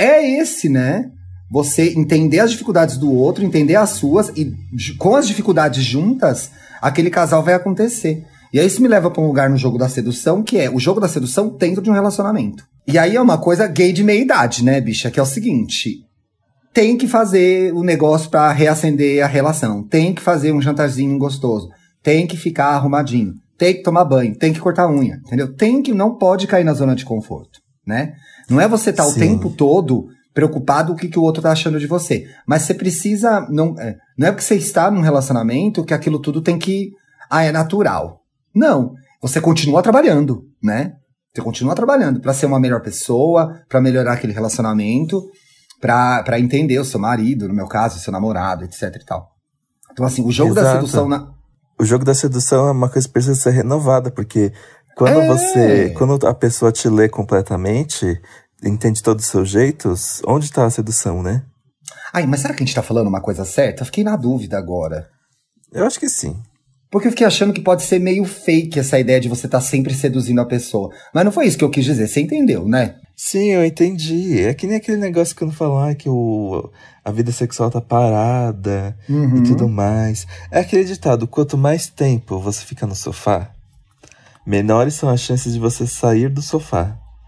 é esse, né? Você entender as dificuldades do outro, entender as suas, e ju- com as dificuldades juntas, aquele casal vai acontecer. E aí isso me leva pra um lugar no jogo da sedução, que é o jogo da sedução dentro de um relacionamento. E aí é uma coisa gay de meia idade, né, bicha? Que é o seguinte: tem que fazer o negócio pra reacender a relação. Tem que fazer um jantarzinho gostoso. Tem que ficar arrumadinho. Tem que tomar banho. Tem que cortar a unha. Entendeu? Tem que, não pode cair na zona de conforto, né? Não é você estar o Sim. tempo todo preocupado com o que, que o outro tá achando de você. Mas você precisa, não é, não é porque você está num relacionamento que aquilo tudo tem que, ah, é natural. Não. Você continua trabalhando, né? Você continua trabalhando pra ser uma melhor pessoa, pra melhorar aquele relacionamento, pra, pra entender o seu marido, no meu caso, o seu namorado, etc e tal. Então, assim, o jogo da Exato. sedução... Na... O jogo da sedução é uma coisa que precisa ser renovada, porque quando É. você, quando a pessoa te lê completamente, entende todos os seus jeitos, onde tá a sedução, né? Ai, mas será que a gente tá falando uma coisa certa? Eu fiquei na dúvida agora. Eu acho que sim. Porque eu fiquei achando que pode ser meio fake essa ideia de você estar sempre seduzindo a pessoa. Mas não foi isso que eu quis dizer, você entendeu, né? Sim, eu entendi. É que nem aquele negócio que eu não falo, ah, que o, a vida sexual tá parada Uhum. e tudo mais. É aquele ditado, quanto mais tempo você fica no sofá, menores são as chances de você sair do sofá.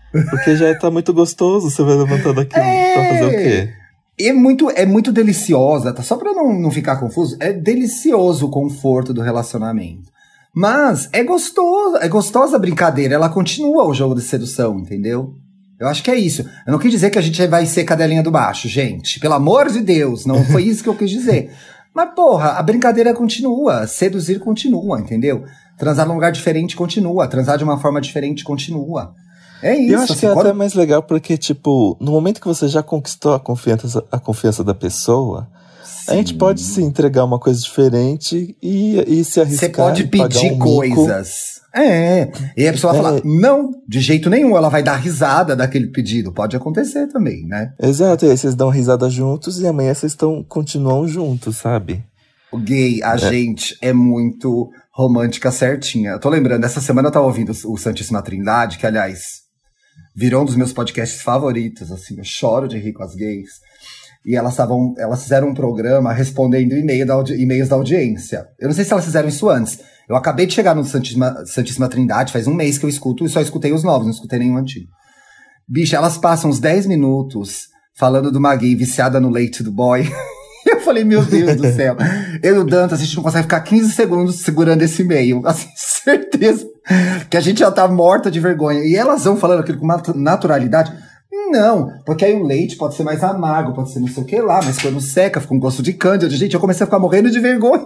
Porque já tá muito gostoso, você vai levantar daquilo É. pra fazer o quê? É muito, é muito deliciosa, tá? Só pra não, não ficar confuso, é delicioso o conforto do relacionamento. Mas é gostoso, é gostosa a brincadeira, ela continua o jogo de sedução, entendeu? Eu acho que é isso. Eu não quis dizer que a gente vai ser cadelinha do baixo, gente. Pelo amor de Deus, não foi isso que eu quis dizer. Mas, porra, a brincadeira continua, seduzir continua, entendeu? Transar num lugar diferente continua, transar de uma forma diferente continua. É isso. Eu acho assim, que é quando... até mais legal porque, tipo, no momento que você já conquistou a confiança, a confiança da pessoa, sim, a gente pode se entregar uma coisa diferente e, e se arriscar. Você pode pedir um coisas. É. E a pessoa vai é. falar, não, de jeito nenhum. Ela vai dar risada daquele pedido. Pode acontecer também, né? Exato. E aí vocês dão risada juntos e amanhã vocês estão, continuam juntos, sabe? O gay, a é. gente é muito romântica certinha. Eu tô lembrando, essa semana eu tava ouvindo o Santíssima Trindade, que, aliás, virou um dos meus podcasts favoritos, assim. Eu choro de rir com as gays. E elas estavam, elas fizeram um programa respondendo e-mail da audi- e-mails da audiência. Eu não sei se elas fizeram isso antes. Eu acabei de chegar no Santíssima, Santíssima Trindade, faz um mês que eu escuto e só escutei os novos, não escutei nenhum antigo. Bicha, elas passam uns dez minutos falando de uma gay viciada no leite do boy. E eu falei, meu Deus do céu. Eu e o Dantas, a gente não consegue ficar quinze segundos segurando esse e-mail. Assim, certeza que a gente já tá morta de vergonha. E elas vão falando aquilo com uma naturalidade. Não, porque aí o leite pode ser mais amargo, pode ser não sei o que lá, mas quando seca fica um gosto de cândida. Gente, eu comecei a ficar morrendo de vergonha.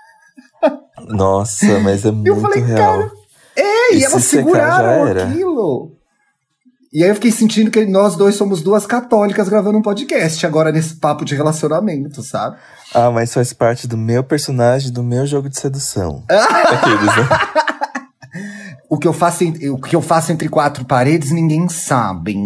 Nossa, mas é muito eu falei, real. Cara, é, e, e elas se seguraram aquilo. E aí eu fiquei sentindo que nós dois somos duas católicas gravando um podcast agora nesse papo de relacionamento, sabe? Ah, mas faz parte do meu personagem, do meu jogo de sedução. Aqueles, né? O que eu faço, o que eu faço entre quatro paredes, ninguém sabe.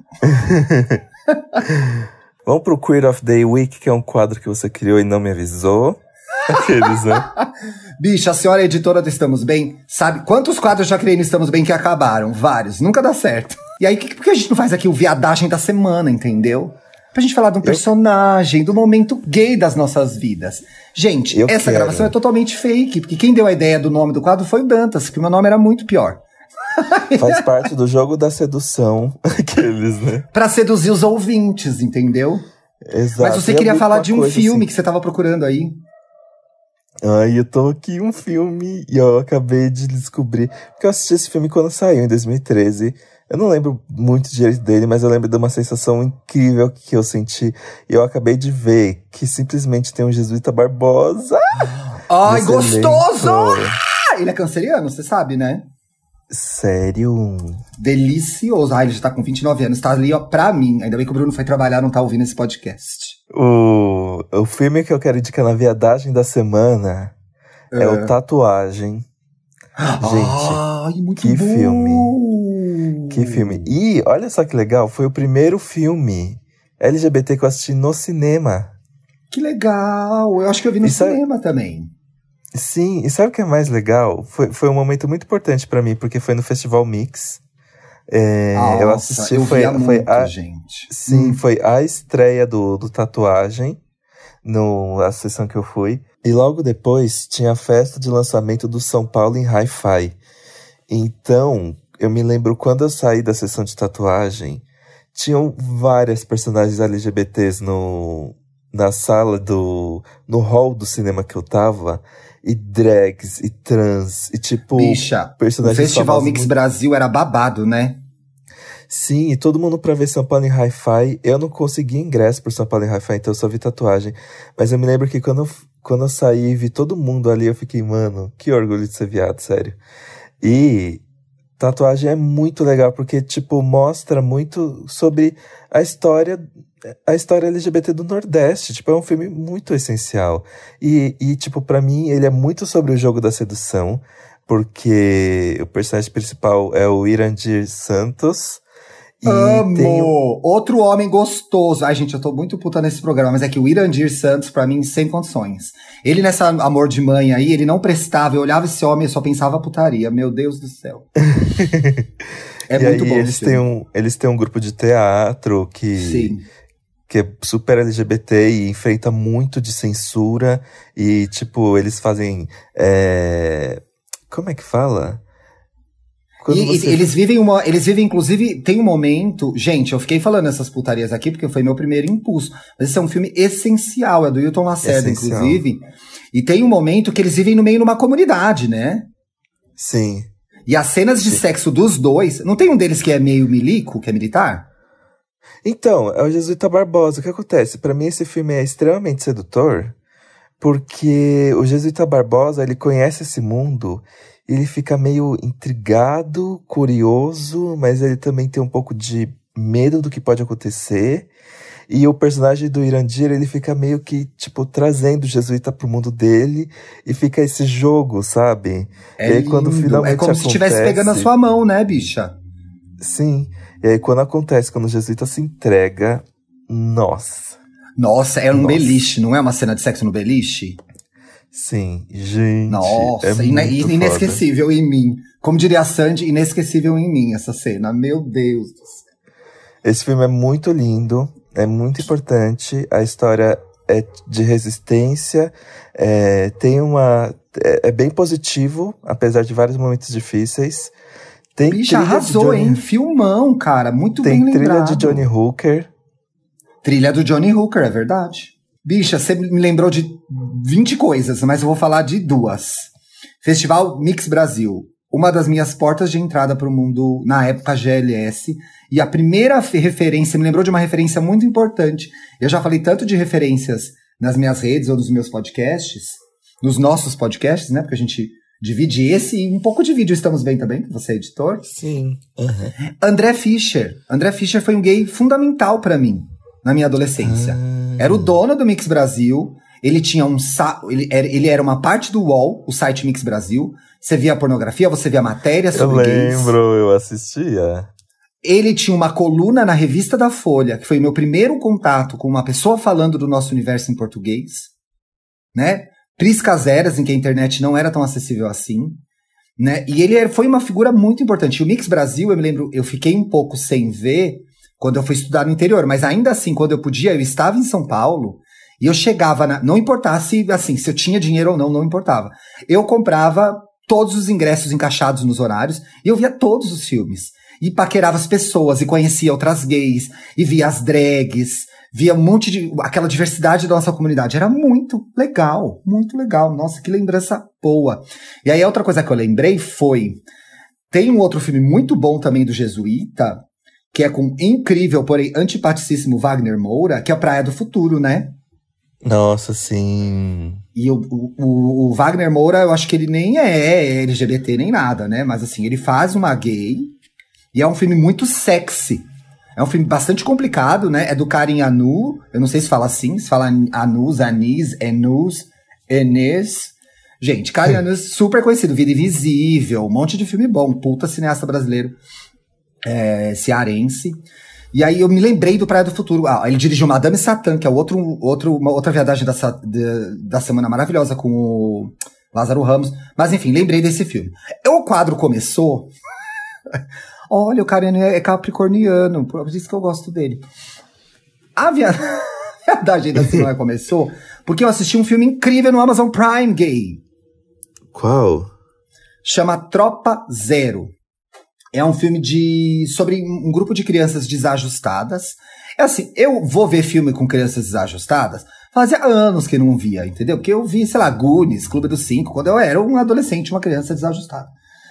Vamos pro Queer of the Week, que é um quadro que você criou e não me avisou. Aqueles, né? Bicha, a senhora editora do Estamos Bem, sabe quantos quadros eu já criei no Estamos Bem que acabaram? Vários, nunca dá certo. E aí, por que a gente não faz aqui o Viadagem da Semana, entendeu? Pra gente falar de um personagem, eu... do momento gay das nossas vidas. Gente, eu essa quero. gravação é totalmente fake, porque quem deu a ideia do nome do quadro foi o Dantas, que o meu nome era muito pior. Faz parte do jogo da sedução, aqueles, né? Pra seduzir os ouvintes, entendeu? Exato. Mas você e queria falar de um filme assim que você tava procurando aí. Ai, eu tô aqui um filme e eu acabei de descobrir. Porque eu assisti esse filme quando saiu, em dois mil e treze. Eu não lembro muito direito dele, mas eu lembro de uma sensação incrível que eu senti. E eu acabei de ver que simplesmente tem um Jesuíta Barbosa. Ai, gostoso! Ah, ele é canceriano, você sabe, né? Sério? Delicioso. Ai, ele já tá com vinte e nove anos, tá ali, ó, pra mim. Ainda bem que o Bruno foi trabalhar, não tá ouvindo esse podcast. O, o filme que eu quero indicar na viadagem da semana é, é o Tatuagem. Gente, ai, muito que bom. filme. Que filme. E olha só que legal, foi o primeiro filme L G B T que eu assisti no cinema. Que legal. Eu acho que eu vi no e cinema sabe... também. Sim, e sabe o que é mais legal? Foi, foi um momento muito importante pra mim, porque foi no Festival Mix. É, Nossa, eu assisti, eu foi, via foi muito, a, gente. Sim, hum. foi a estreia do, do Tatuagem, no, a sessão que eu fui. E logo depois tinha a festa de lançamento do São Paulo em Hi-Fi. Então, eu me lembro quando eu saí da sessão de tatuagem, tinham várias personagens L G B Ts no, na sala do... no hall do cinema que eu tava. E drags, e trans, e tipo... Bicha, personagens o Festival Mix muito... Brasil era babado, né? Sim, e todo mundo pra ver São Paulo em Hi-Fi. Eu não consegui ingresso por São Paulo em Hi-Fi, então eu só vi Tatuagem. Mas eu me lembro que quando eu, quando eu saí e vi todo mundo ali, eu fiquei, mano, que orgulho de ser viado, sério. E Tatuagem é muito legal, porque, tipo, mostra muito sobre a história... a história L G B T do Nordeste, tipo, é um filme muito essencial. E, e, tipo, pra mim, ele é muito sobre o jogo da sedução, porque o personagem principal é o Irandir Santos. E Amo! tem um... Outro homem gostoso. Ai, gente, eu tô muito puta nesse programa, mas é que o Irandir Santos, pra mim, sem condições. Ele, nessa Amor de Mãe aí, ele não prestava. Eu olhava esse homem e só pensava putaria. Meu Deus do céu. É e muito aí, bom. Eles têm, um, eles têm um grupo de teatro que... Sim. que é super L G B T e enfrenta muito de censura. E, tipo, eles fazem... É... Como é que fala? Quando E, e você... eles vivem uma. Eles vivem, inclusive, tem um momento. Gente, eu fiquei falando essas putarias aqui porque foi meu primeiro impulso. Mas esse é um filme essencial, é do Hilton Lacerda, Essencial. inclusive. E tem um momento que eles vivem no meio de uma comunidade, né? Sim. E as cenas de Sim. sexo dos dois. Não tem um deles que é meio milico, que é militar? Então, é o Jesuíta Barbosa. O que acontece? Pra mim, esse filme é extremamente sedutor, porque o Jesuíta Barbosa, ele conhece esse mundo, e ele fica meio intrigado, curioso, mas ele também tem um pouco de medo do que pode acontecer. E o personagem do Irandir, ele fica meio que, tipo, trazendo o Jesuíta pro mundo dele, e fica esse jogo, sabe? É e aí, quando lindo. finalmente É como se estivesse acontece- pegando a sua mão, né, bicha? Sim. E aí, quando acontece, quando o Jesuíta se entrega, nossa. Nossa, é um Nossa. beliche, não é uma cena de sexo no beliche? Sim, gente. Nossa, é ina- muito inesquecível em mim. Como diria a Sandy, inesquecível em mim essa cena. Meu Deus do céu. foda. Esse filme é muito lindo, é muito importante. A história é de resistência, é, tem uma. É, é bem positivo, apesar de vários momentos difíceis. Tem Bicha, trilha de arrasou, Johnny- hein? Filmão, cara. Muito Tem bem trilha lembrado. de Johnny Hooker. Trilha do Johnny Hooker, é verdade. Bicha, você me lembrou de vinte coisas, mas eu vou falar de duas. Festival Mix Brasil. Uma das minhas portas de entrada para o mundo, na época G L S. E a primeira fe- referência, me lembrou de uma referência muito importante. Eu já falei tanto de referências nas minhas redes ou nos meus podcasts, nos nossos podcasts, né? Porque a gente divide esse e um pouco de vídeo Estamos Bem também, que você é editor. Sim. Uhum. André Fischer. André Fischer foi um gay fundamental pra mim, na minha adolescência. Ah. Era o dono do Mix Brasil, ele tinha um sa- ele, era, ele era uma parte do U O L, o site Mix Brasil. Você via pornografia, você via matérias Eu sobre gays. lembro, eu assistia. Ele tinha uma coluna na revista da Folha, que foi meu primeiro contato com uma pessoa falando do nosso universo em português, né? Priscas eras, em que a internet não era tão acessível assim, né? E ele era- foi uma figura muito importante. O Mix Brasil, eu me lembro, eu fiquei um pouco sem ver quando eu fui estudar no interior, mas ainda assim, quando eu podia, eu estava em São Paulo e eu chegava, na, não importasse, assim, se eu tinha dinheiro ou não, não importava. Eu comprava todos os ingressos encaixados nos horários e eu via todos os filmes. E paquerava as pessoas, e conhecia outras gays, e via as drags, via um monte de... aquela diversidade da nossa comunidade. Era muito legal, muito legal. Nossa, que lembrança boa. E aí, a outra coisa que eu lembrei foi... Tem um outro filme muito bom também do Jesuíta, que é com incrível, porém antipaticíssimo Wagner Moura, que é a Praia do Futuro, né? Nossa, sim. E o, o, o Wagner Moura, eu acho que ele nem é L G B T nem nada, né? Mas assim, ele faz uma gay e é um filme muito sexy. É um filme bastante complicado, né? É do Karim Anu, eu não sei se fala assim, se fala Anus, Anis, Enus, Enes. Gente, Karim Anu é super conhecido, Vida Invisível, um monte de filme bom, puta cineasta brasileiro, é, cearense. E aí eu me lembrei do Praia do Futuro. Ah, ele dirigiu Madame Satã, que é outro, outro, uma outra viadagem da, de, da semana maravilhosa com o Lázaro Ramos. Mas enfim, lembrei desse filme. O quadro começou... Olha, o cara é capricorniano, por isso que eu gosto dele. A via- viadagem da semana começou porque eu assisti um filme incrível no Amazon Prime gay. Qual? Chama Tropa Zero. É um filme de sobre um grupo de crianças desajustadas. É assim, eu vou ver filme com crianças desajustadas fazia anos que não via, entendeu? Porque eu vi, sei lá, Goonies, Clube dos Cinco, quando eu era um adolescente, uma criança desajustada.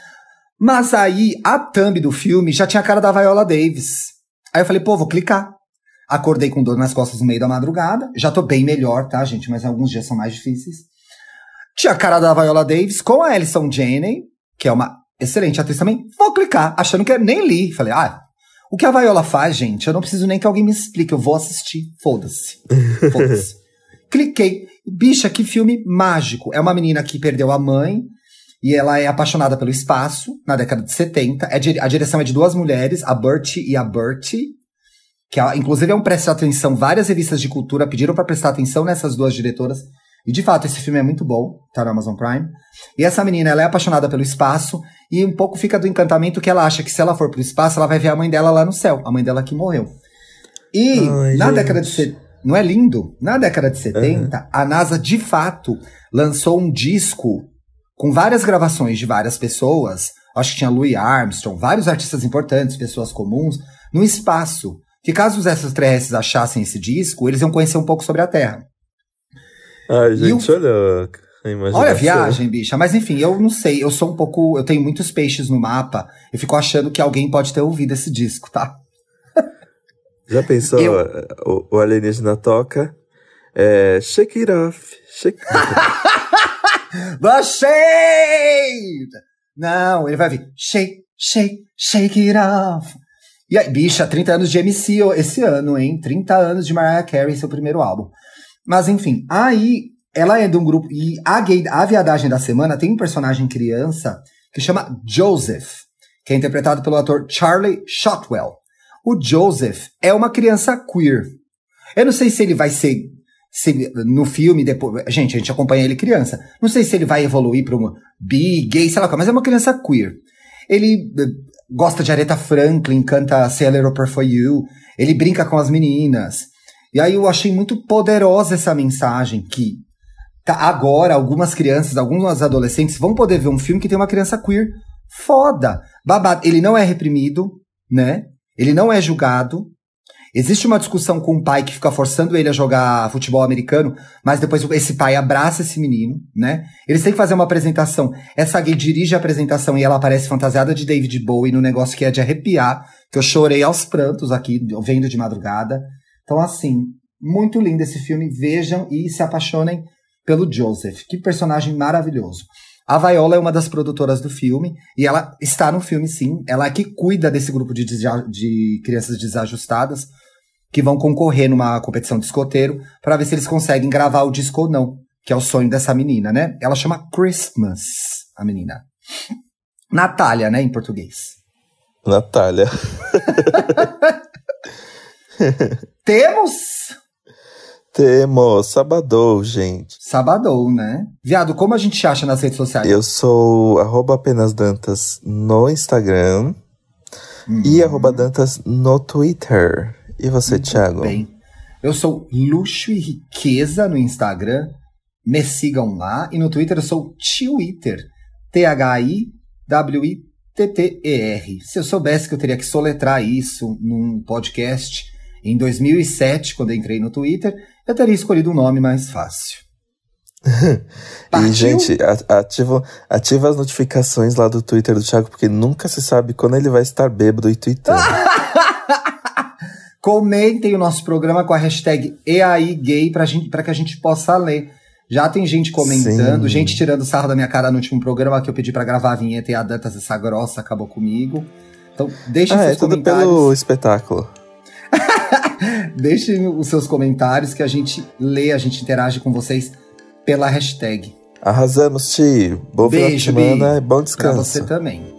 Mas aí, a thumb do filme já tinha a cara da Viola Davis. Aí eu falei, pô, vou clicar. Acordei com dor nas costas no meio da madrugada. Já tô bem melhor, tá, gente? Mas alguns dias são mais difíceis. Tinha a cara da Viola Davis com a Alison Janney, que é uma excelente atriz também. Vou clicar, achando que eu nem li. Falei, ah, o que a Viola faz, gente, eu não preciso nem que alguém me explique. Eu vou assistir. Foda-se. Foda-se. Cliquei. Bicha, que filme mágico. É uma menina que perdeu a mãe e ela é apaixonada pelo espaço, na década de setenta. É di- a direção é de duas mulheres, a Bertie e a Bertie, que é, inclusive é um prestar atenção. Várias revistas de cultura pediram pra prestar atenção nessas duas diretoras. E de fato, esse filme é muito bom, tá no Amazon Prime. E essa menina, ela é apaixonada pelo espaço e um pouco fica do encantamento que ela acha que se ela for pro espaço, ela vai ver a mãe dela lá no céu, a mãe dela que morreu. E Ai, na gente. década de setenta, não é lindo? Na década de setenta, uhum. a NASA de fato lançou um disco com várias gravações de várias pessoas. acho que tinha Louis Armstrong, vários artistas importantes, pessoas comuns, no espaço. Que caso os extraterrestres achassem esse disco, eles iam conhecer um pouco sobre a Terra. Ai, gente, o... olha a imaginação. Olha a viagem, bicha. Mas enfim, eu não sei, eu sou um pouco... Eu tenho muitos peixes no mapa, eu fico achando que alguém pode ter ouvido esse disco, tá? Já pensou, eu... o, o alienígena toca, é, shake it off, shake it off. The shade! Não, ele vai vir, shake, shake, shake it off. E aí, bicha, trinta anos de M C esse ano, hein? trinta anos de Mariah Carey, seu primeiro álbum. Mas enfim, aí ela é de um grupo, e a, gay, a viadagem da semana tem um personagem criança que chama Joseph, que é interpretado pelo ator Charlie Shotwell. O Joseph é uma criança queer. Eu não sei se ele vai ser, se, no filme, depois, gente, a gente acompanha ele criança. Não sei se ele vai evoluir para um bi, gay, sei lá qual, mas é uma criança queer. Ele gosta de Aretha Franklin, canta Say a Little Prayer for You, ele brinca com as meninas. E aí eu achei muito poderosa essa mensagem que tá, agora algumas crianças, alguns adolescentes vão poder ver um filme que tem uma criança queer foda, babado. Ele não é reprimido, né? Ele não é julgado. Existe uma discussão com um pai que fica forçando ele a jogar futebol americano, mas depois esse pai abraça esse menino, né? Eles têm que fazer uma apresentação. Essa gay dirige a apresentação e ela aparece fantasiada de David Bowie no negócio que é de arrepiar, que eu chorei aos prantos aqui, vendo de madrugada. Então, assim, muito lindo esse filme. Vejam e se apaixonem pelo Joseph. Que personagem maravilhoso. A Viola é uma das produtoras do filme, e ela está no filme, sim. Ela é que cuida desse grupo de, de crianças desajustadas, que vão concorrer numa competição de escoteiro, para ver se eles conseguem gravar o disco ou não, que é o sonho dessa menina, né? Ela chama Christmas, a menina. Natália, né, em português. Natália. Temos... Temos, sabadou, gente. Sabadou, né? Viado, como a gente acha nas redes sociais? Eu sou arroba apenas Dantas no Instagram hum. e arroba Dantas no Twitter. E você, muito Thiago? Bem, eu sou Luxo e Riqueza no Instagram. Me sigam lá. E no Twitter eu sou Twitter. T H I W I T T E R. Se eu soubesse que eu teria que soletrar isso num podcast em dois mil e sete, quando eu entrei no Twitter, eu teria escolhido um nome mais fácil. E, gente, ativa, ativa as notificações lá do Twitter do Thiago, porque nunca se sabe quando ele vai estar bêbado e tweetando. Comentem o nosso programa com a hashtag E A I Gay pra, gente, pra que a gente possa ler. Já tem gente comentando, sim, gente tirando sarro da minha cara no último programa que eu pedi pra gravar a vinheta e a Dantas, essa grossa, acabou comigo. Então, deixem ah, seus é tudo comentários. Pelo espetáculo. Deixem os seus comentários que a gente lê, a gente interage com vocês pela hashtag. Arrasamos, Ti. Boa Beijo, final de semana e bom descanso. Pra você também.